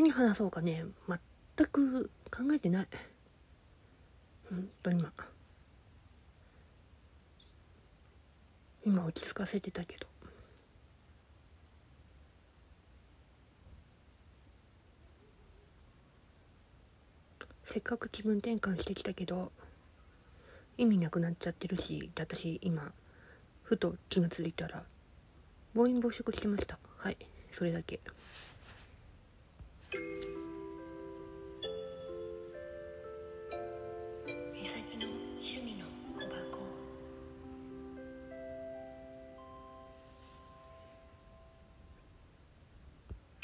何話そうかね、全く考えてない。本当に今落ち着かせてたけど、せっかく気分転換してきたけど意味なくなっちゃってるし、私今ふと気がついたら暴飲暴食してました。はい、それだけ。